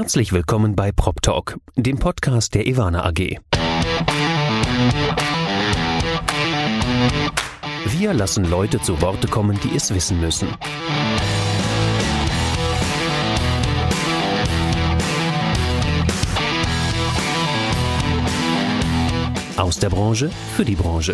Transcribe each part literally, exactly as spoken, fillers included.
Herzlich willkommen bei PropTalk, dem Podcast der Ewana A G. Wir lassen Leute zu Worte kommen, die es wissen müssen. Aus der Branche für die Branche.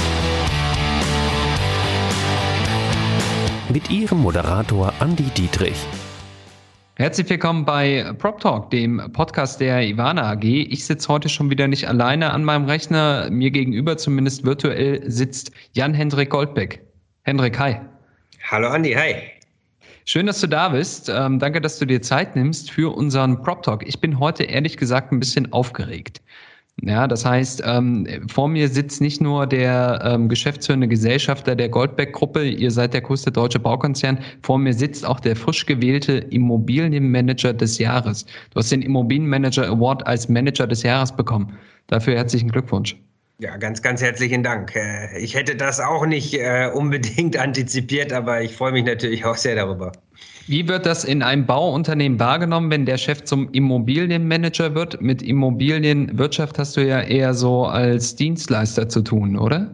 Mit Ihrem Moderator Andi Dietrich. Herzlich willkommen bei PropTalk, dem Podcast der Ewana A G. Ich sitze heute schon wieder nicht alleine an meinem Rechner. Mir gegenüber, zumindest virtuell, sitzt Jan-Hendrik Goldbeck. Hendrik, hi. Hallo Andi, hi. Schön, dass du da bist. Ähm, danke, dass du dir Zeit nimmst für unseren PropTalk. Ich bin heute ehrlich gesagt ein bisschen aufgeregt. Ja, das heißt, ähm, vor mir sitzt nicht nur der ähm, geschäftsführende Gesellschafter der Goldbeck-Gruppe, ihr seid der größte deutsche Baukonzern, vor mir sitzt auch der frisch gewählte Immobilienmanager des Jahres. Du hast den Immobilienmanager Award als Manager des Jahres bekommen. Dafür herzlichen Glückwunsch. Ja, ganz, ganz herzlichen Dank. Ich hätte das auch nicht äh, unbedingt antizipiert, aber ich freue mich natürlich auch sehr darüber. Wie wird das in einem Bauunternehmen wahrgenommen, wenn der Chef zum Immobilienmanager wird? Mit Immobilienwirtschaft hast du ja eher so als Dienstleister zu tun, oder?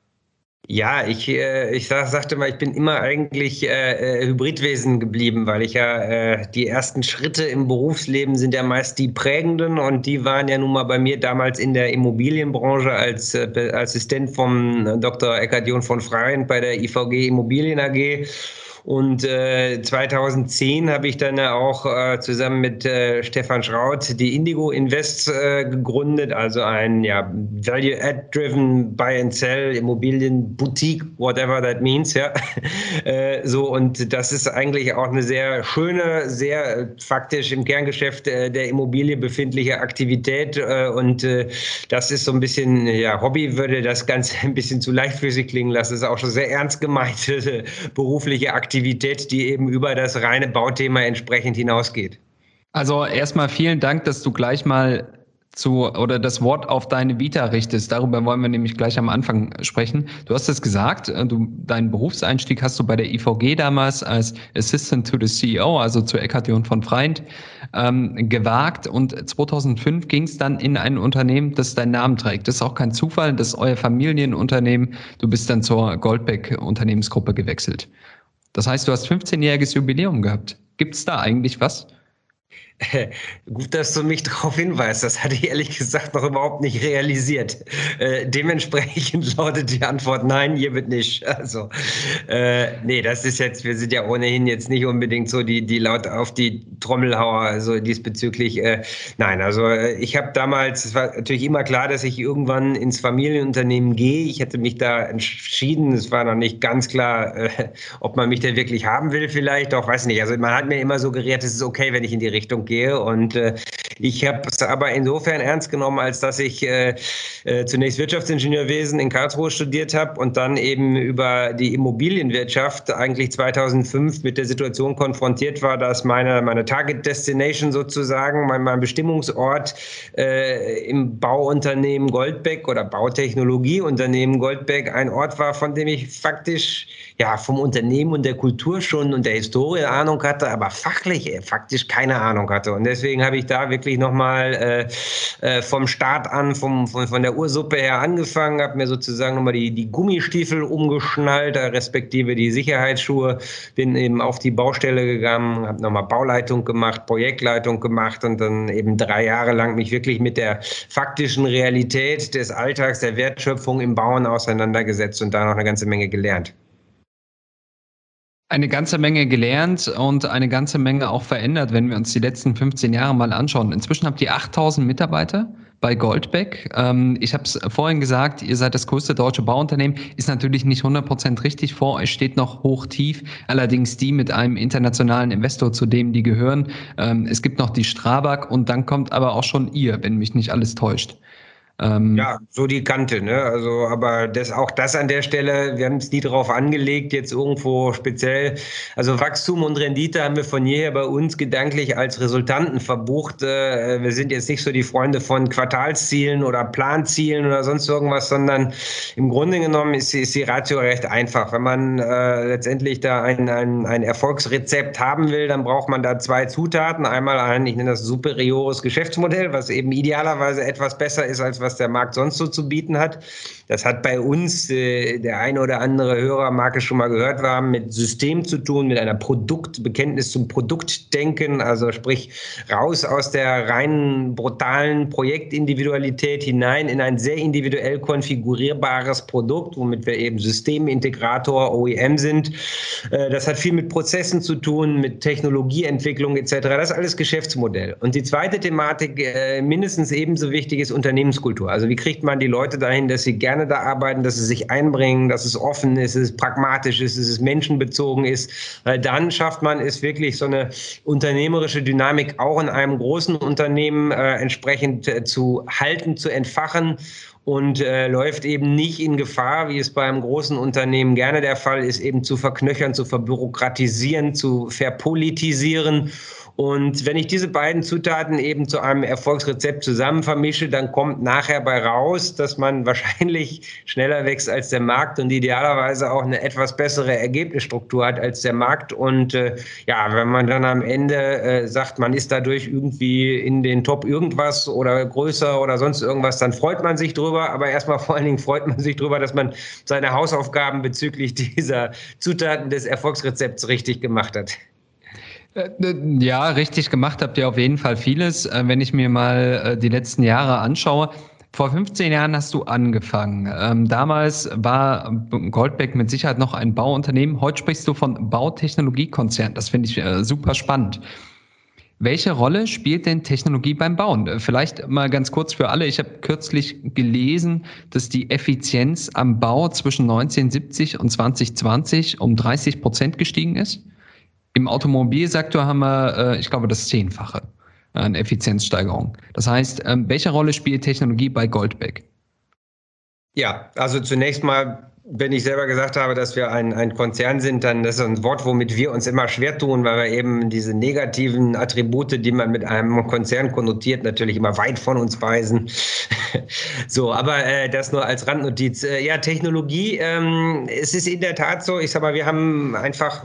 Ja, ich, äh, ich sag, sagte mal, ich bin immer eigentlich äh, Hybridwesen geblieben, weil ich ja, äh, die ersten Schritte im Berufsleben sind ja meist die prägenden und die waren ja nun mal bei mir damals in der Immobilienbranche als äh, Assistent vom Doktor Eckhard-John von Freien bei der I V G Immobilien A G. Und äh, zweitausendzehn habe ich dann ja auch äh, zusammen mit äh, Stefan Schraut die Indigo Invest äh, gegründet, also ein ja, Value-Add-Driven Buy-and-Sell Immobilien-Boutique, whatever that means, ja. äh, so, und das ist eigentlich auch eine sehr schöne, sehr äh, faktisch im Kerngeschäft äh, der Immobilie befindliche Aktivität äh, und äh, das ist so ein bisschen, ja, Hobby würde das Ganze ein bisschen zu leichtfüßig klingen lassen, das ist auch schon sehr ernst gemeinte äh, berufliche Aktivität. Aktivität, die eben über das reine Bauthema entsprechend hinausgeht. Also erstmal vielen Dank, dass du gleich mal zu oder das Wort auf deine Vita richtest. Darüber wollen wir nämlich gleich am Anfang sprechen. Du hast es gesagt, du, deinen Berufseinstieg hast du bei der I V G damals als Assistant to the C E O, also zu Eckhard-John von Freund, ähm, gewagt. Und zweitausendfünf ging es dann in ein Unternehmen, das deinen Namen trägt. Das ist auch kein Zufall, das ist euer Familienunternehmen. Du bist dann zur Goldbeck-Unternehmensgruppe gewechselt. Das heißt, du hast fünfzehnjähriges Jubiläum gehabt. Gibt es da eigentlich was? Gut, dass du mich darauf hinweist. Das hatte ich ehrlich gesagt noch überhaupt nicht realisiert. Äh, dementsprechend lautet die Antwort nein, hiermit nicht. Also, äh, nee, das ist jetzt, wir sind ja ohnehin jetzt nicht unbedingt so die, die laut auf die Trommelhauer, also diesbezüglich. Äh, nein, also äh, ich habe damals, es war natürlich immer klar, dass ich irgendwann ins Familienunternehmen gehe. Ich hätte mich da entschieden. Es war noch nicht ganz klar, äh, ob man mich da wirklich haben will vielleicht. Auch weiß nicht. Also man hat mir immer suggeriert, es ist okay, wenn ich in die Richtung gehe. Und äh, ich habe es aber insofern ernst genommen, als dass ich äh, äh, zunächst Wirtschaftsingenieurwesen in Karlsruhe studiert habe und dann eben über die Immobilienwirtschaft eigentlich zweitausendfünf mit der Situation konfrontiert war, dass meine, meine Target Destination sozusagen, mein, mein Bestimmungsort äh, im Bauunternehmen Goldbeck oder Bautechnologieunternehmen Goldbeck ein Ort war, von dem ich faktisch ja vom Unternehmen und der Kultur schon und der Historie Ahnung hatte, aber fachlich äh, faktisch keine Ahnung hatte. Und deswegen habe ich da wirklich nochmal äh, äh, vom Start an, vom, von, von der Ursuppe her angefangen, habe mir sozusagen nochmal die, die Gummistiefel umgeschnallt, äh, respektive die Sicherheitsschuhe, bin eben auf die Baustelle gegangen, habe nochmal Bauleitung gemacht, Projektleitung gemacht und dann eben drei Jahre lang mich wirklich mit der faktischen Realität des Alltags, der Wertschöpfung im Bauen auseinandergesetzt und da noch eine ganze Menge gelernt. Eine ganze Menge gelernt und eine ganze Menge auch verändert, wenn wir uns die letzten fünfzehn Jahre mal anschauen. Inzwischen habt ihr achttausend Mitarbeiter bei Goldbeck. Ich habe es vorhin gesagt, ihr seid das größte deutsche Bauunternehmen. Ist natürlich nicht hundert Prozent richtig. Vor euch steht noch hoch tief, allerdings die mit einem internationalen Investor, zu dem die gehören. Es gibt noch die Strabag und dann kommt aber auch schon ihr, wenn mich nicht alles täuscht. Ähm, ja, so die Kante, ne? Also, aber das, auch das an der Stelle, wir haben es nie darauf angelegt, jetzt irgendwo speziell, also Wachstum und Rendite haben wir von jeher bei uns gedanklich als Resultanten verbucht. Äh, wir sind jetzt nicht so die Freunde von Quartalszielen oder Planzielen oder sonst irgendwas, sondern im Grunde genommen ist, ist die Ratio recht einfach. Wenn man äh, letztendlich da ein, ein, ein Erfolgsrezept haben will, dann braucht man da zwei Zutaten. Einmal ein, ich nenne das superiores Geschäftsmodell, was eben idealerweise etwas besser ist, als was der Markt sonst so zu bieten hat. Das hat bei uns, äh, der eine oder andere Hörer mag es schon mal gehört haben, mit System zu tun, mit einer Produktbekenntnis zum Produktdenken, also sprich raus aus der reinen brutalen Projektindividualität hinein in ein sehr individuell konfigurierbares Produkt, womit wir eben Systemintegrator, O E M sind. Äh, das hat viel mit Prozessen zu tun, mit Technologieentwicklung et cetera. Das ist alles Geschäftsmodell. Und die zweite Thematik, äh, mindestens ebenso wichtig, ist Unternehmenskultur. Also wie kriegt man die Leute dahin, dass sie gerne da arbeiten, dass sie sich einbringen, dass es offen ist, dass es pragmatisch ist, dass es menschenbezogen ist. Weil dann schafft man es wirklich, so eine unternehmerische Dynamik auch in einem großen Unternehmen äh, entsprechend äh, zu halten, zu entfachen. Und äh, läuft eben nicht in Gefahr, wie es bei einem großen Unternehmen gerne der Fall ist, eben zu verknöchern, zu verbürokratisieren, zu verpolitisieren. Und wenn ich diese beiden Zutaten eben zu einem Erfolgsrezept zusammen vermische, dann kommt nachher bei raus, dass man wahrscheinlich schneller wächst als der Markt und idealerweise auch eine etwas bessere Ergebnisstruktur hat als der Markt. Und äh, ja, wenn man dann am Ende äh, sagt, man ist dadurch irgendwie in den Top irgendwas oder größer oder sonst irgendwas, dann freut man sich drüber. Aber erstmal vor allen Dingen freut man sich drüber, dass man seine Hausaufgaben bezüglich dieser Zutaten des Erfolgsrezepts richtig gemacht hat. Ja, richtig gemacht habt ihr auf jeden Fall vieles. Wenn ich mir mal die letzten Jahre anschaue, vor fünfzehn Jahren hast du angefangen. Damals war Goldbeck mit Sicherheit noch ein Bauunternehmen. Heute sprichst du von Bautechnologiekonzern. Das finde ich super spannend. Welche Rolle spielt denn Technologie beim Bauen? Vielleicht mal ganz kurz für alle. Ich habe kürzlich gelesen, dass die Effizienz am Bau zwischen neunzehnhundertsiebzig und zwanzig zwanzig um dreißig Prozent gestiegen ist. Im Automobilsektor haben wir, ich glaube, das Zehnfache an Effizienzsteigerung. Das heißt, welche Rolle spielt Technologie bei Goldbeck? Ja, also zunächst mal, wenn ich selber gesagt habe, dass wir ein, ein Konzern sind, dann das ist ein Wort, womit wir uns immer schwer tun, weil wir eben diese negativen Attribute, die man mit einem Konzern konnotiert, natürlich immer weit von uns weisen. So, aber äh, das nur als Randnotiz. Äh, ja, Technologie, ähm, es ist in der Tat so, ich sag mal, wir haben einfach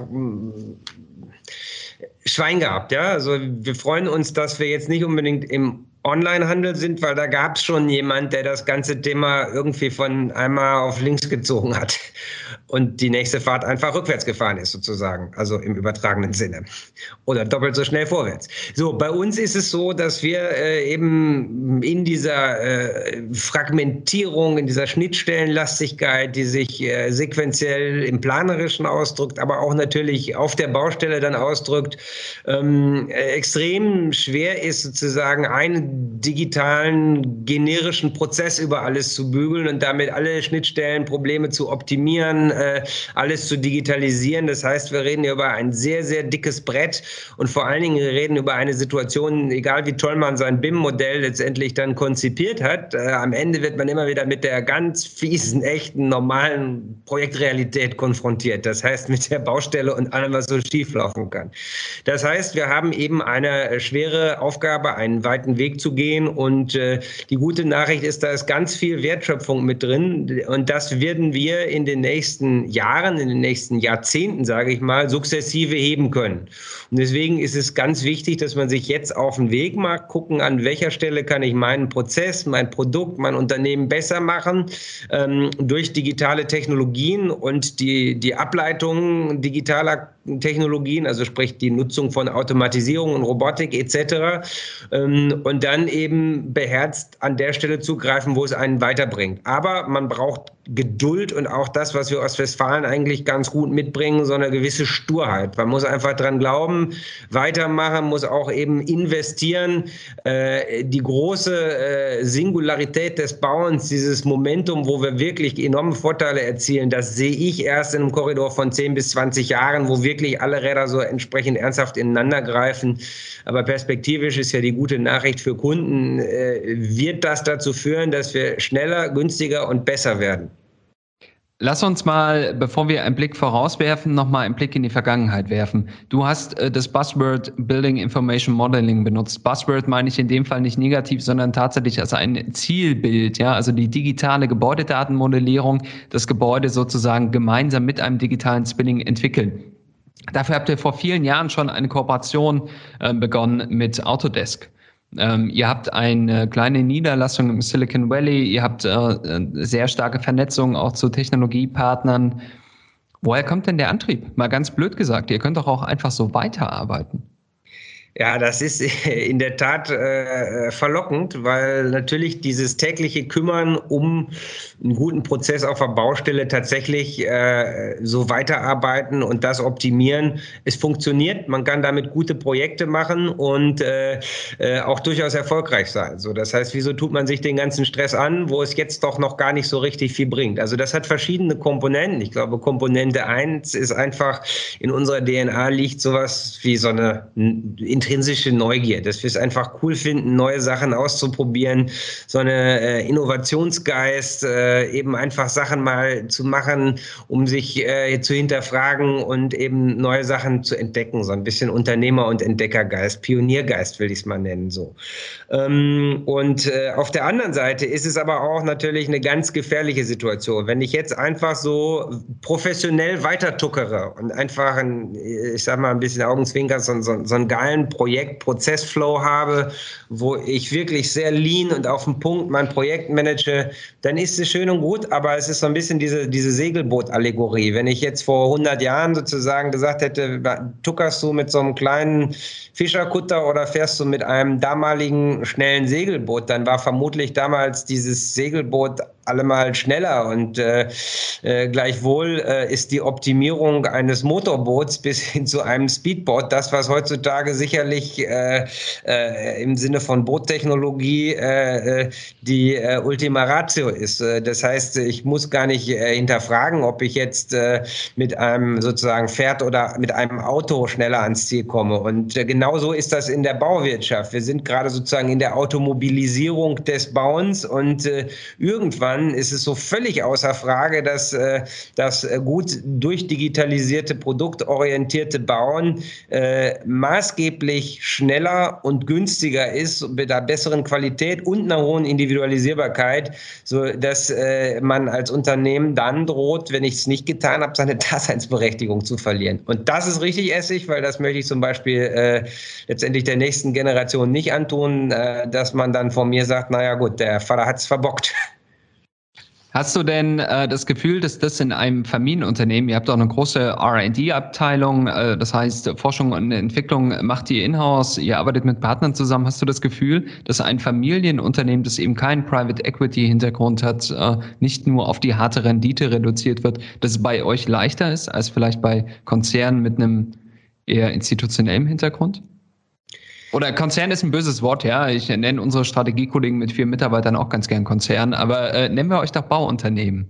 Schwein gehabt, ja. Also wir freuen uns, dass wir jetzt nicht unbedingt im Onlinehandel sind, weil da gab es schon jemand, der das ganze Thema irgendwie von einmal auf links gezogen hat und die nächste Fahrt einfach rückwärts gefahren ist sozusagen, also im übertragenen Sinne oder doppelt so schnell vorwärts. So, bei uns ist es so, dass wir äh, eben in dieser äh, Fragmentierung, in dieser Schnittstellenlastigkeit, die sich äh, sequenziell im Planerischen ausdrückt, aber auch natürlich auf der Baustelle dann ausdrückt, ähm, äh, extrem schwer ist sozusagen einen digitalen, generischen Prozess über alles zu bügeln und damit alle Schnittstellen, Probleme zu optimieren, äh, alles zu digitalisieren. Das heißt, wir reden hier über ein sehr, sehr dickes Brett und vor allen Dingen wir reden über eine Situation, egal wie toll man sein B I M-Modell letztendlich dann konzipiert hat, äh, am Ende wird man immer wieder mit der ganz fiesen, echten, normalen Projektrealität konfrontiert. Das heißt, mit der Baustelle und allem, was so schieflaufen kann. Das heißt, wir haben eben eine schwere Aufgabe, einen weiten Weg zu gehen und äh, die gute Nachricht ist, da ist ganz viel Wertschöpfung mit drin und das werden wir in den nächsten Jahren, in den nächsten Jahrzehnten, sage ich mal, sukzessive heben können. Und deswegen ist es ganz wichtig, dass man sich jetzt auf den Weg macht, gucken, an welcher Stelle kann ich meinen Prozess, mein Produkt, mein Unternehmen besser machen, ähm, durch digitale Technologien und die, die Ableitung digitaler Technologien, also sprich die Nutzung von Automatisierung und Robotik et cetera. Ähm, und dann eben beherzt an der Stelle zugreifen, wo es einen weiterbringt. Aber man braucht Geduld und auch das, was wir Ostwestfalen eigentlich ganz gut mitbringen, so eine gewisse Sturheit. Man muss einfach dran glauben, weitermachen, muss auch eben investieren. Äh, die große äh, Singularität des Bauens, dieses Momentum, wo wir wirklich enorme Vorteile erzielen, das sehe ich erst in einem Korridor von zehn bis zwanzig Jahren, wo wirklich alle Räder so entsprechend ernsthaft ineinander greifen. Aber perspektivisch ist ja die gute Nachricht für Kunden, äh, wird das dazu führen, dass wir schneller, günstiger und besser werden. Lass uns mal, bevor wir einen Blick vorauswerfen, nochmal einen Blick in die Vergangenheit werfen. Du hast äh, das Buzzword Building Information Modeling benutzt. Buzzword meine ich in dem Fall nicht negativ, sondern tatsächlich als ein Zielbild, ja, also die digitale Gebäudedatenmodellierung, das Gebäude sozusagen gemeinsam mit einem digitalen Spinning entwickeln. Dafür habt ihr vor vielen Jahren schon eine Kooperation äh, begonnen mit Autodesk. Ähm, ihr habt eine kleine Niederlassung im Silicon Valley, ihr habt äh, sehr starke Vernetzung auch zu Technologiepartnern. Woher kommt denn der Antrieb? Mal ganz blöd gesagt, ihr könnt doch auch einfach so weiterarbeiten. Ja, das ist in der Tat äh, verlockend, weil natürlich dieses tägliche Kümmern um einen guten Prozess auf der Baustelle tatsächlich äh, so weiterarbeiten und das optimieren. Es funktioniert, man kann damit gute Projekte machen und äh, äh, auch durchaus erfolgreich sein. So, das heißt, wieso tut man sich den ganzen Stress an, wo es jetzt doch noch gar nicht so richtig viel bringt? Also das hat verschiedene Komponenten. Ich glaube, Komponente eins ist einfach, in unserer D N A liegt sowas wie so eine intrinsische Neugier, dass wir es einfach cool finden, neue Sachen auszuprobieren, so eine äh, Innovationsgeist, äh, eben einfach Sachen mal zu machen, um sich äh, zu hinterfragen und eben neue Sachen zu entdecken, so ein bisschen Unternehmer- und Entdeckergeist, Pioniergeist will ich es mal nennen, so. Ähm, und äh, auf der anderen Seite ist es aber auch natürlich eine ganz gefährliche Situation, wenn ich jetzt einfach so professionell weitertuckere und einfach, ein, ich sag mal ein bisschen Augenzwinkern, so, so, so einen geilen Projekt, Prozessflow habe, wo ich wirklich sehr lean und auf den Punkt mein Projekt manage, dann ist es schön und gut, aber es ist so ein bisschen diese, diese Segelboot-Allegorie. Wenn ich jetzt vor hundert Jahren sozusagen gesagt hätte, tuckerst du mit so einem kleinen Fischerkutter oder fährst du mit einem damaligen schnellen Segelboot, dann war vermutlich damals dieses Segelboot allemal schneller und äh, äh, gleichwohl äh, ist die Optimierung eines Motorboots bis hin zu einem Speedboat das, was heutzutage sicherlich äh, äh, im Sinne von Boottechnologie äh, die äh, Ultima Ratio ist. Das heißt, ich muss gar nicht äh, hinterfragen, ob ich jetzt äh, mit einem sozusagen Pferd oder mit einem Auto schneller ans Ziel komme. Und äh, genauso ist das in der Bauwirtschaft. Wir sind gerade sozusagen in der Automobilisierung des Bauens und äh, irgendwann ist es so völlig außer Frage, dass äh, das gut durchdigitalisierte, produktorientierte Bauen äh, maßgeblich schneller und günstiger ist, mit einer besseren Qualität und einer hohen Individualisierbarkeit, so dass äh, man als Unternehmen dann droht, wenn ich es nicht getan habe, seine Daseinsberechtigung zu verlieren. Und das ist richtig Essig, weil das möchte ich zum Beispiel äh, letztendlich der nächsten Generation nicht antun, äh, dass man dann von mir sagt, naja gut, der Vater hat es verbockt. Hast du denn äh, das Gefühl, dass das in einem Familienunternehmen, ihr habt auch eine große R und D-Abteilung, äh, das heißt Forschung und Entwicklung macht ihr in-house, ihr arbeitet mit Partnern zusammen, hast du das Gefühl, dass ein Familienunternehmen, das eben keinen Private Equity Hintergrund hat, äh, nicht nur auf die harte Rendite reduziert wird, dass es bei euch leichter ist als vielleicht bei Konzernen mit einem eher institutionellen Hintergrund? Oder Konzern ist ein böses Wort, ja. Ich nenne unsere Strategiekollegen mit vier Mitarbeitern auch ganz gern Konzern, aber äh, nennen wir euch doch Bauunternehmen.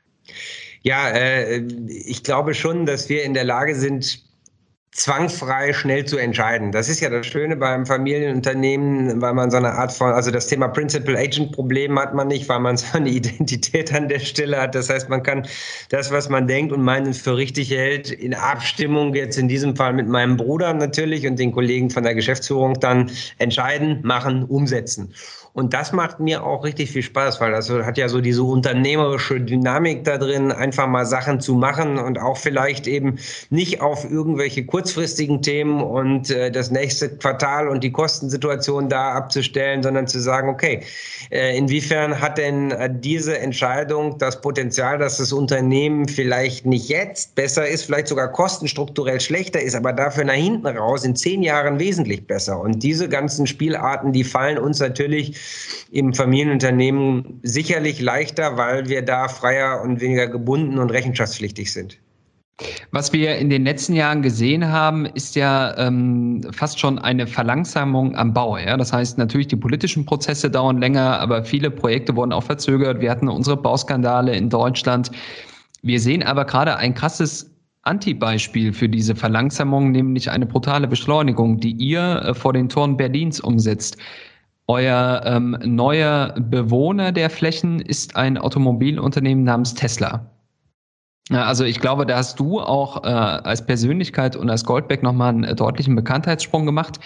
Ja, äh, ich glaube schon, dass wir in der Lage sind, zwangfrei schnell zu entscheiden. Das ist ja das Schöne beim Familienunternehmen, weil man so eine Art von, also das Thema Principal-Agent-Problem hat man nicht, weil man so eine Identität an der Stelle hat. Das heißt, man kann das, was man denkt und meint für richtig hält, in Abstimmung jetzt in diesem Fall mit meinem Bruder natürlich und den Kollegen von der Geschäftsführung dann entscheiden, machen, umsetzen. Und das macht mir auch richtig viel Spaß, weil das hat ja so diese unternehmerische Dynamik da drin, einfach mal Sachen zu machen und auch vielleicht eben nicht auf irgendwelche kurzfristigen Themen und äh, das nächste Quartal und die Kostensituation da abzustellen, sondern zu sagen, okay, äh, inwiefern hat denn äh, diese Entscheidung das Potenzial, dass das Unternehmen vielleicht nicht jetzt besser ist, vielleicht sogar kostenstrukturell schlechter ist, aber dafür nach hinten raus in zehn Jahren wesentlich besser. Und diese ganzen Spielarten, die fallen uns natürlich im Familienunternehmen sicherlich leichter, weil wir da freier und weniger gebunden und rechenschaftspflichtig sind. Was wir in den letzten Jahren gesehen haben, ist ja ähm, fast schon eine Verlangsamung am Bau. Ja? Das heißt, natürlich die politischen Prozesse dauern länger, aber viele Projekte wurden auch verzögert. Wir hatten unsere Bauskandale in Deutschland. Wir sehen aber gerade ein krasses Antibeispiel für diese Verlangsamung, nämlich eine brutale Beschleunigung, die ihr äh, vor den Toren Berlins umsetzt. Euer ähm, neuer Bewohner der Flächen ist ein Automobilunternehmen namens Tesla. Also ich glaube, da hast du auch äh, als Persönlichkeit und als Goldbeck nochmal einen äh, deutlichen Bekanntheitssprung gemacht.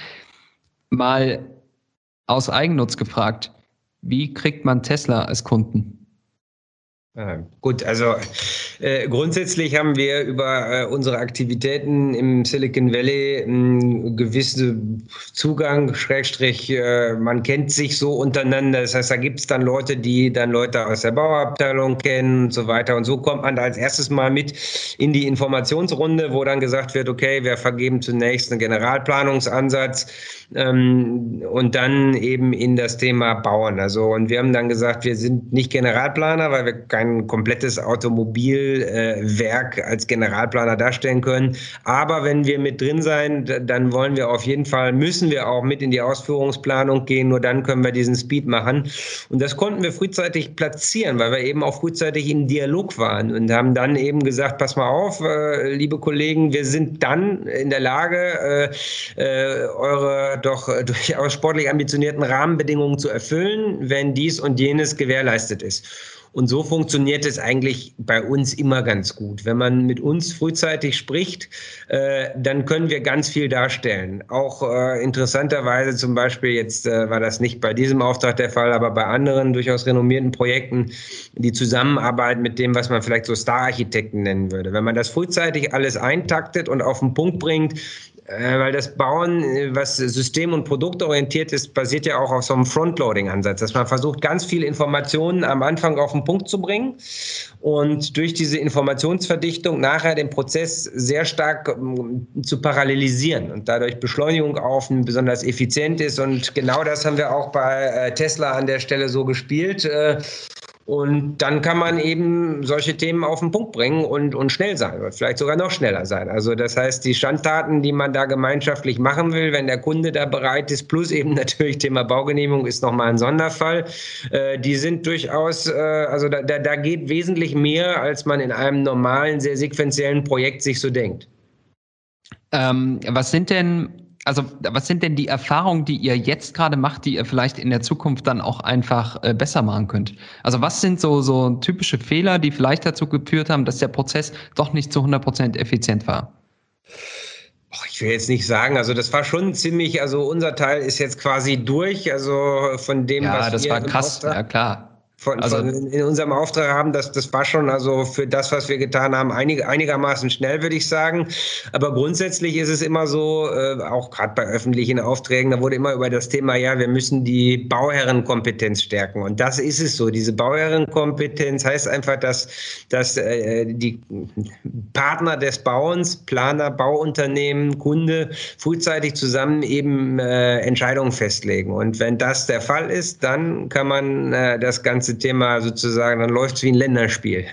Mal aus Eigennutz gefragt, wie kriegt man Tesla als Kunden? Ja, gut, also äh, grundsätzlich haben wir über äh, unsere Aktivitäten im Silicon Valley einen gewissen Zugang, Schrägstrich, äh, man kennt sich so untereinander. Das heißt, da gibt es dann Leute, die dann Leute aus der Bauabteilung kennen und so weiter. Und so kommt man da als erstes mal mit in die Informationsrunde, wo dann gesagt wird, okay, wir vergeben zunächst einen Generalplanungsansatz ähm, und dann eben in das Thema Bauen. Also, und wir haben dann gesagt, wir sind nicht Generalplaner, weil wir kein komplettes Automobilwerk äh, als Generalplaner darstellen können. Aber wenn wir mit drin sein, dann wollen wir auf jeden Fall, müssen wir auch mit in die Ausführungsplanung gehen. Nur dann können wir diesen Speed machen. Und das konnten wir frühzeitig platzieren, weil wir eben auch frühzeitig im Dialog waren und haben dann eben gesagt, pass mal auf, äh, liebe Kollegen, wir sind dann in der Lage, äh, äh, eure doch durchaus sportlich ambitionierten Rahmenbedingungen zu erfüllen, wenn dies und jenes gewährleistet ist. Und so funktioniert es eigentlich bei uns immer ganz gut. Wenn man mit uns frühzeitig spricht, äh, dann können wir ganz viel darstellen. Auch äh, interessanterweise zum Beispiel, jetzt äh, war das nicht bei diesem Auftrag der Fall, aber bei anderen durchaus renommierten Projekten, die Zusammenarbeit mit dem, was man vielleicht so Star-Architekten nennen würde. Wenn man das frühzeitig alles eintaktet und auf den Punkt bringt, weil das Bauen, was system- und produktorientiert ist, basiert ja auch auf so einem Frontloading-Ansatz, dass man versucht, ganz viele Informationen am Anfang auf den Punkt zu bringen und durch diese Informationsverdichtung nachher den Prozess sehr stark um, zu parallelisieren und dadurch Beschleunigung auf besonders effizient ist. Und genau das haben wir auch bei äh, Tesla an der Stelle so gespielt. Äh, Und dann kann man eben solche Themen auf den Punkt bringen und, und schnell sein oder vielleicht sogar noch schneller sein. Also das heißt, die Schandtaten, die man da gemeinschaftlich machen will, wenn der Kunde da bereit ist, plus eben natürlich Thema Baugenehmigung ist nochmal ein Sonderfall, äh, die sind durchaus, äh, also da, da, da geht wesentlich mehr, als man in einem normalen, sehr sequenziellen Projekt sich so denkt. Ähm, was sind denn Also was sind denn die Erfahrungen, die ihr jetzt gerade macht, die ihr vielleicht in der Zukunft dann auch einfach äh, besser machen könnt? Also was sind so, so typische Fehler, die vielleicht dazu geführt haben, dass der Prozess doch nicht zu hundert Prozent effizient war? Ich will jetzt nicht sagen, also das war schon ziemlich, also unser Teil ist jetzt quasi durch, also von dem, ja, was das wir war krass, Auftrag, ja klar. Von, also, von in unserem Auftrag haben, das, das war schon also für das, was wir getan haben, einig, einigermaßen schnell, würde ich sagen. Aber grundsätzlich ist es immer so, äh, auch gerade bei öffentlichen Aufträgen, da wurde immer über das Thema, ja, wir müssen die Bauherrenkompetenz stärken. Und das ist es so. Diese Bauherrenkompetenz heißt einfach, dass, dass äh, die Partner des Bauens, Planer, Bauunternehmen, Kunde, frühzeitig zusammen eben äh, Entscheidungen festlegen. Und wenn das der Fall ist, dann kann man äh, das Ganze Thema sozusagen, dann läuft es wie ein Länderspiel.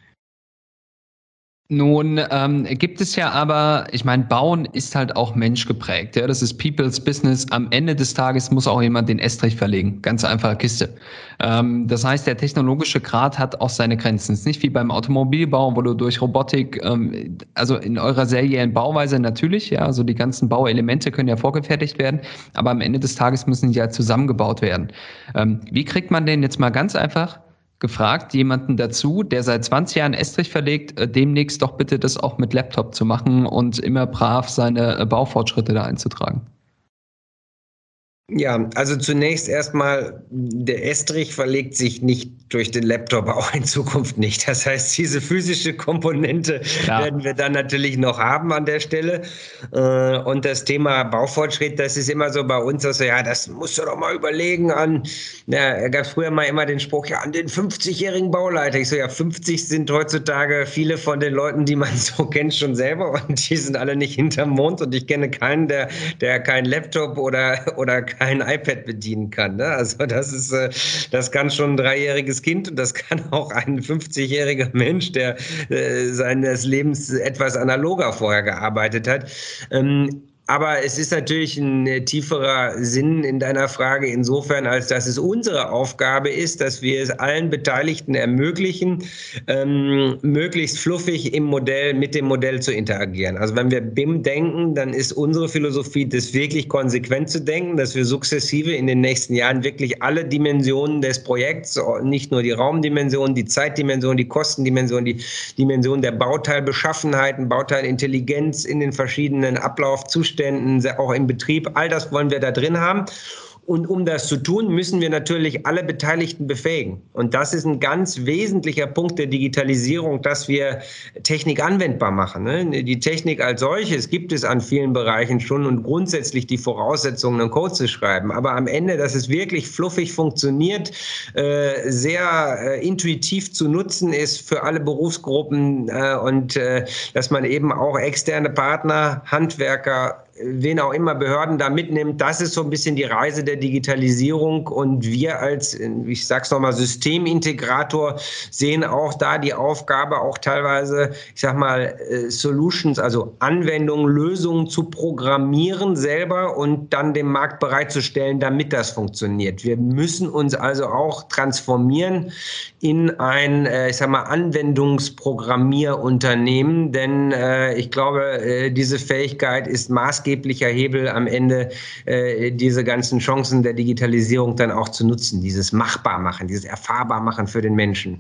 Nun ähm, gibt es ja aber, ich meine, Bauen ist halt auch menschgeprägt. Ja? Das ist People's Business. Am Ende des Tages muss auch jemand den Estrich verlegen. Ganz einfache Kiste. Ähm, das heißt, der technologische Grad hat auch seine Grenzen. Es ist nicht wie beim Automobilbau, wo du durch Robotik, ähm, also in eurer seriellen Bauweise natürlich, ja, also die ganzen Bauelemente können ja vorgefertigt werden, aber am Ende des Tages müssen die ja zusammengebaut werden. Ähm, wie kriegt man den jetzt mal ganz einfach gefragt, jemanden dazu, der seit zwanzig Jahren Estrich verlegt, äh, demnächst doch bitte das auch mit Laptop zu machen und immer brav seine äh, Baufortschritte da einzutragen? Ja, also zunächst erstmal, der Estrich verlegt sich nicht durch den Laptop, auch in Zukunft nicht. Das heißt, diese physische Komponente ja. werden wir dann natürlich noch haben an der Stelle. Und das Thema Baufortschritt, das ist immer so bei uns, also ja, das musst du doch mal überlegen an, ja, gab es früher mal immer den Spruch, ja, an den fünfzigjährigen Bauleiter. Ich so, ja, fünfzig sind heutzutage viele von den Leuten, die man so kennt, schon selber und die sind alle nicht hinterm Mond und ich kenne keinen, der, der keinen Laptop oder, oder kein iPad bedienen kann. Ne? Also das ist, äh, das kann schon ein dreijähriges Kind und das kann auch ein fünfzigjähriger Mensch, der äh, seines Lebens etwas analoger vorher gearbeitet hat. Ähm, Aber es ist natürlich ein tieferer Sinn in deiner Frage insofern, als dass es unsere Aufgabe ist, dass wir es allen Beteiligten ermöglichen, ähm, möglichst fluffig im Modell, mit dem Modell zu interagieren. Also wenn wir B I M denken, dann ist unsere Philosophie, das wirklich konsequent zu denken, dass wir sukzessive in den nächsten Jahren wirklich alle Dimensionen des Projekts, nicht nur die Raumdimension, die Zeitdimension, die Kostendimension, die Dimension der Bauteilbeschaffenheiten, Bauteilintelligenz in den verschiedenen Ablaufzuständen, auch im Betrieb, all das wollen wir da drin haben. Und um das zu tun, müssen wir natürlich alle Beteiligten befähigen. Und das ist ein ganz wesentlicher Punkt der Digitalisierung, dass wir Technik anwendbar machen. Die Technik als solches gibt es an vielen Bereichen schon und grundsätzlich die Voraussetzungen, einen Code zu schreiben. Aber am Ende, dass es wirklich fluffig funktioniert, sehr intuitiv zu nutzen ist für alle Berufsgruppen und dass man eben auch externe Partner, Handwerker, wen auch immer, Behörden da mitnimmt, das ist so ein bisschen die Reise der Digitalisierung und wir als, ich sag's nochmal, Systemintegrator sehen auch da die Aufgabe, auch teilweise, ich sag mal, Solutions, also Anwendungen, Lösungen zu programmieren selber und dann dem Markt bereitzustellen, damit das funktioniert. Wir müssen uns also auch transformieren in ein, ich sag mal, Anwendungsprogrammierunternehmen, denn ich glaube, diese Fähigkeit ist maßgeblich maßgeblicher Hebel am Ende, äh, diese ganzen Chancen der Digitalisierung dann auch zu nutzen, dieses Machbarmachen, dieses Erfahrbarmachen für den Menschen.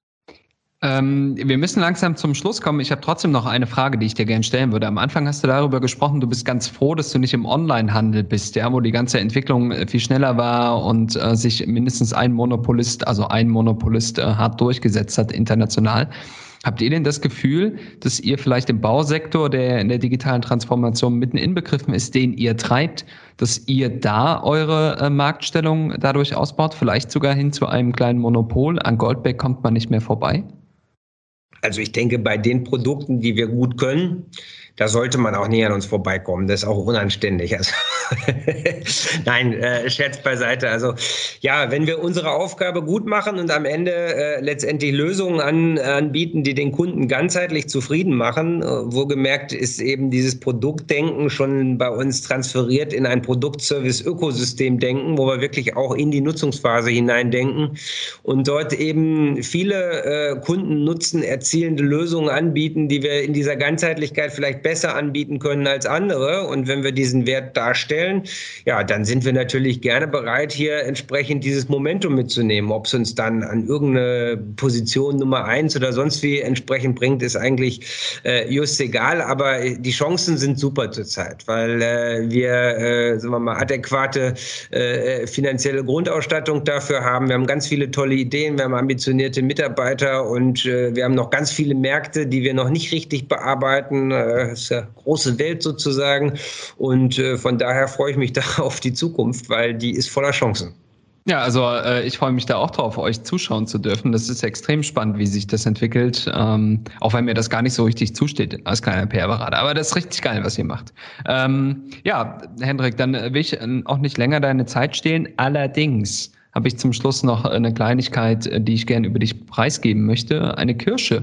Ähm, wir müssen langsam zum Schluss kommen. Ich habe trotzdem noch eine Frage, die ich dir gerne stellen würde. Am Anfang hast du darüber gesprochen, du bist ganz froh, dass du nicht im Onlinehandel bist, ja, wo die ganze Entwicklung viel schneller war und äh, sich mindestens ein Monopolist, also ein Monopolist äh, hart durchgesetzt hat international. Habt ihr denn das Gefühl, dass ihr vielleicht im Bausektor, der in der digitalen Transformation mitten inbegriffen ist, den ihr treibt, dass ihr da eure äh, Marktstellung dadurch ausbaut, vielleicht sogar hin zu einem kleinen Monopol? An Goldbeck kommt man nicht mehr vorbei? Also ich denke, bei den Produkten, die wir gut können, da sollte man auch nie an uns vorbeikommen. Das ist auch unanständig. Also Nein, äh, Scherz beiseite. Also ja, wenn wir unsere Aufgabe gut machen und am Ende äh, letztendlich Lösungen an, anbieten, die den Kunden ganzheitlich zufrieden machen, äh, wohlgemerkt ist eben dieses Produktdenken schon bei uns transferiert in ein Produktservice-Ökosystem-Denken, wo wir wirklich auch in die Nutzungsphase hineindenken und dort eben viele äh, Kundennutzen erzielende Lösungen anbieten, die wir in dieser Ganzheitlichkeit vielleicht besser anbieten können als andere. Und wenn wir diesen Wert darstellen, ja, dann sind wir natürlich gerne bereit, hier entsprechend dieses Momentum mitzunehmen. Ob es uns dann an irgendeine Position Nummer eins oder sonst wie entsprechend bringt, ist eigentlich äh, just egal. Aber die Chancen sind super zurzeit, weil äh, wir, äh, sagen wir mal, adäquate äh, finanzielle Grundausstattung dafür haben. Wir haben ganz viele tolle Ideen, wir haben ambitionierte Mitarbeiter und äh, wir haben noch ganz viele Märkte, die wir noch nicht richtig bearbeiten. Äh, das ist ja große Welt sozusagen. Und äh, von daher freue ich mich da auf die Zukunft, weil die ist voller Chancen. Ja, also äh, ich freue mich da auch drauf, euch zuschauen zu dürfen. Das ist extrem spannend, wie sich das entwickelt, ähm, auch wenn mir das gar nicht so richtig zusteht als kleiner P R-Berater. Aber das ist richtig geil, was ihr macht. Ähm, ja, Hendrik, dann will ich auch nicht länger deine Zeit stehlen. Allerdings habe ich zum Schluss noch eine Kleinigkeit, die ich gerne über dich preisgeben möchte. Eine Kirsche.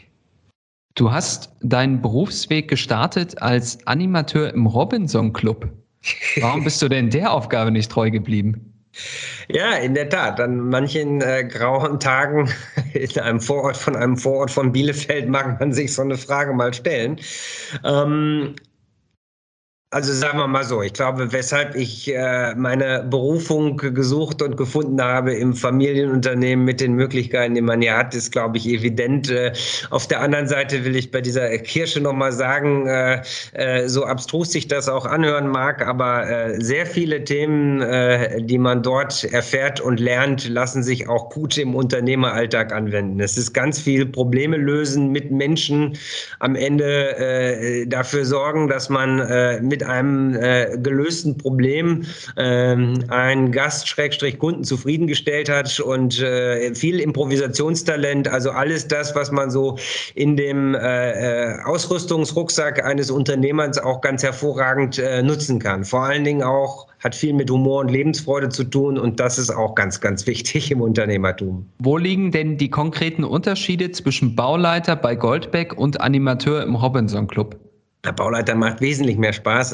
Du hast deinen Berufsweg gestartet als Animateur im Robinson Club. Warum bist du denn der Aufgabe nicht treu geblieben? Ja, in der Tat. An manchen äh, grauen Tagen in einem Vorort von einem Vorort von Bielefeld mag man sich so eine Frage mal stellen. Ähm, Also sagen wir mal so, ich glaube, weshalb ich äh, meine Berufung gesucht und gefunden habe im Familienunternehmen mit den Möglichkeiten, die man ja hat, ist, glaube ich, evident. Äh, auf der anderen Seite will ich bei dieser Kirsche nochmal sagen, äh, äh, so abstrus sich das auch anhören mag, aber äh, sehr viele Themen, äh, die man dort erfährt und lernt, lassen sich auch gut im Unternehmeralltag anwenden. Es ist ganz viel Probleme lösen mit Menschen, am Ende äh, dafür sorgen, dass man äh, mit einem äh, gelösten Problem ähm, einen Gast Schrägstrich Kunden zufriedengestellt hat und äh, viel Improvisationstalent, also alles das, was man so in dem äh, Ausrüstungsrucksack eines Unternehmers auch ganz hervorragend äh, nutzen kann. Vor allen Dingen auch hat viel mit Humor und Lebensfreude zu tun und das ist auch ganz, ganz wichtig im Unternehmertum. Wo liegen denn die konkreten Unterschiede zwischen Bauleiter bei Goldbeck und Animateur im Robinson Club? Der Bauleiter macht wesentlich mehr Spaß.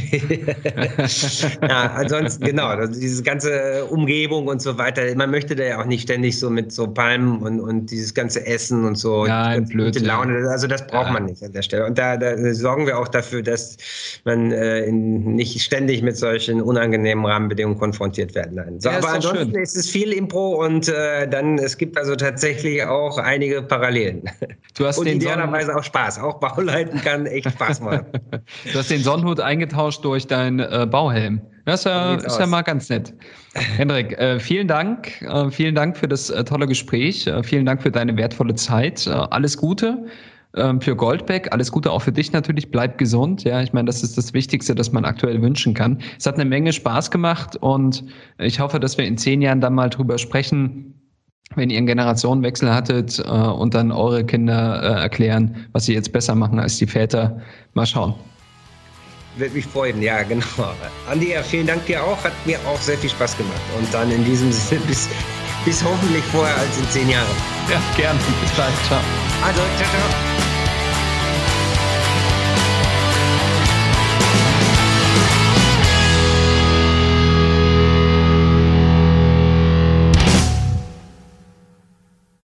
Ja, ansonsten, genau, also diese ganze Umgebung und so weiter. Man möchte da ja auch nicht ständig so mit so Palmen und, und dieses ganze Essen und so. Nein, blöd. Laune. Also das braucht ja. man nicht an der Stelle. Und da, da sorgen wir auch dafür, dass man äh, in, nicht ständig mit solchen unangenehmen Rahmenbedingungen konfrontiert werden. Nein. So, ja, aber ansonsten schön. Ist es viel Impro und äh, dann, es gibt also tatsächlich auch einige Parallelen. Du hast und den idealerweise auch Spaß. Auch Bauleiten kann echt Spaß. Du hast den Sonnenhut eingetauscht durch deinen äh, Bauhelm. Das ist ja, ist ja mal ganz nett. Hendrik, äh, vielen Dank. Äh, vielen Dank für das äh, tolle Gespräch. Äh, vielen Dank für deine wertvolle Zeit. Äh, alles Gute äh, für Goldbeck. Alles Gute auch für dich natürlich. Bleib gesund. Ja, ich meine, das ist das Wichtigste, das man aktuell wünschen kann. Es hat eine Menge Spaß gemacht und ich hoffe, dass wir in zehn Jahren dann mal drüber sprechen, wenn ihr einen Generationenwechsel hattet äh, und dann eure Kinder äh, erklären, was sie jetzt besser machen als die Väter. Mal schauen. Würde mich freuen, ja, genau. Andi, ja, vielen Dank dir auch. Hat mir auch sehr viel Spaß gemacht. Und dann in diesem Sinne bis, bis hoffentlich vorher als in zehn Jahren. Ja, gern. Bis bald. Ciao. Also, ciao, ciao.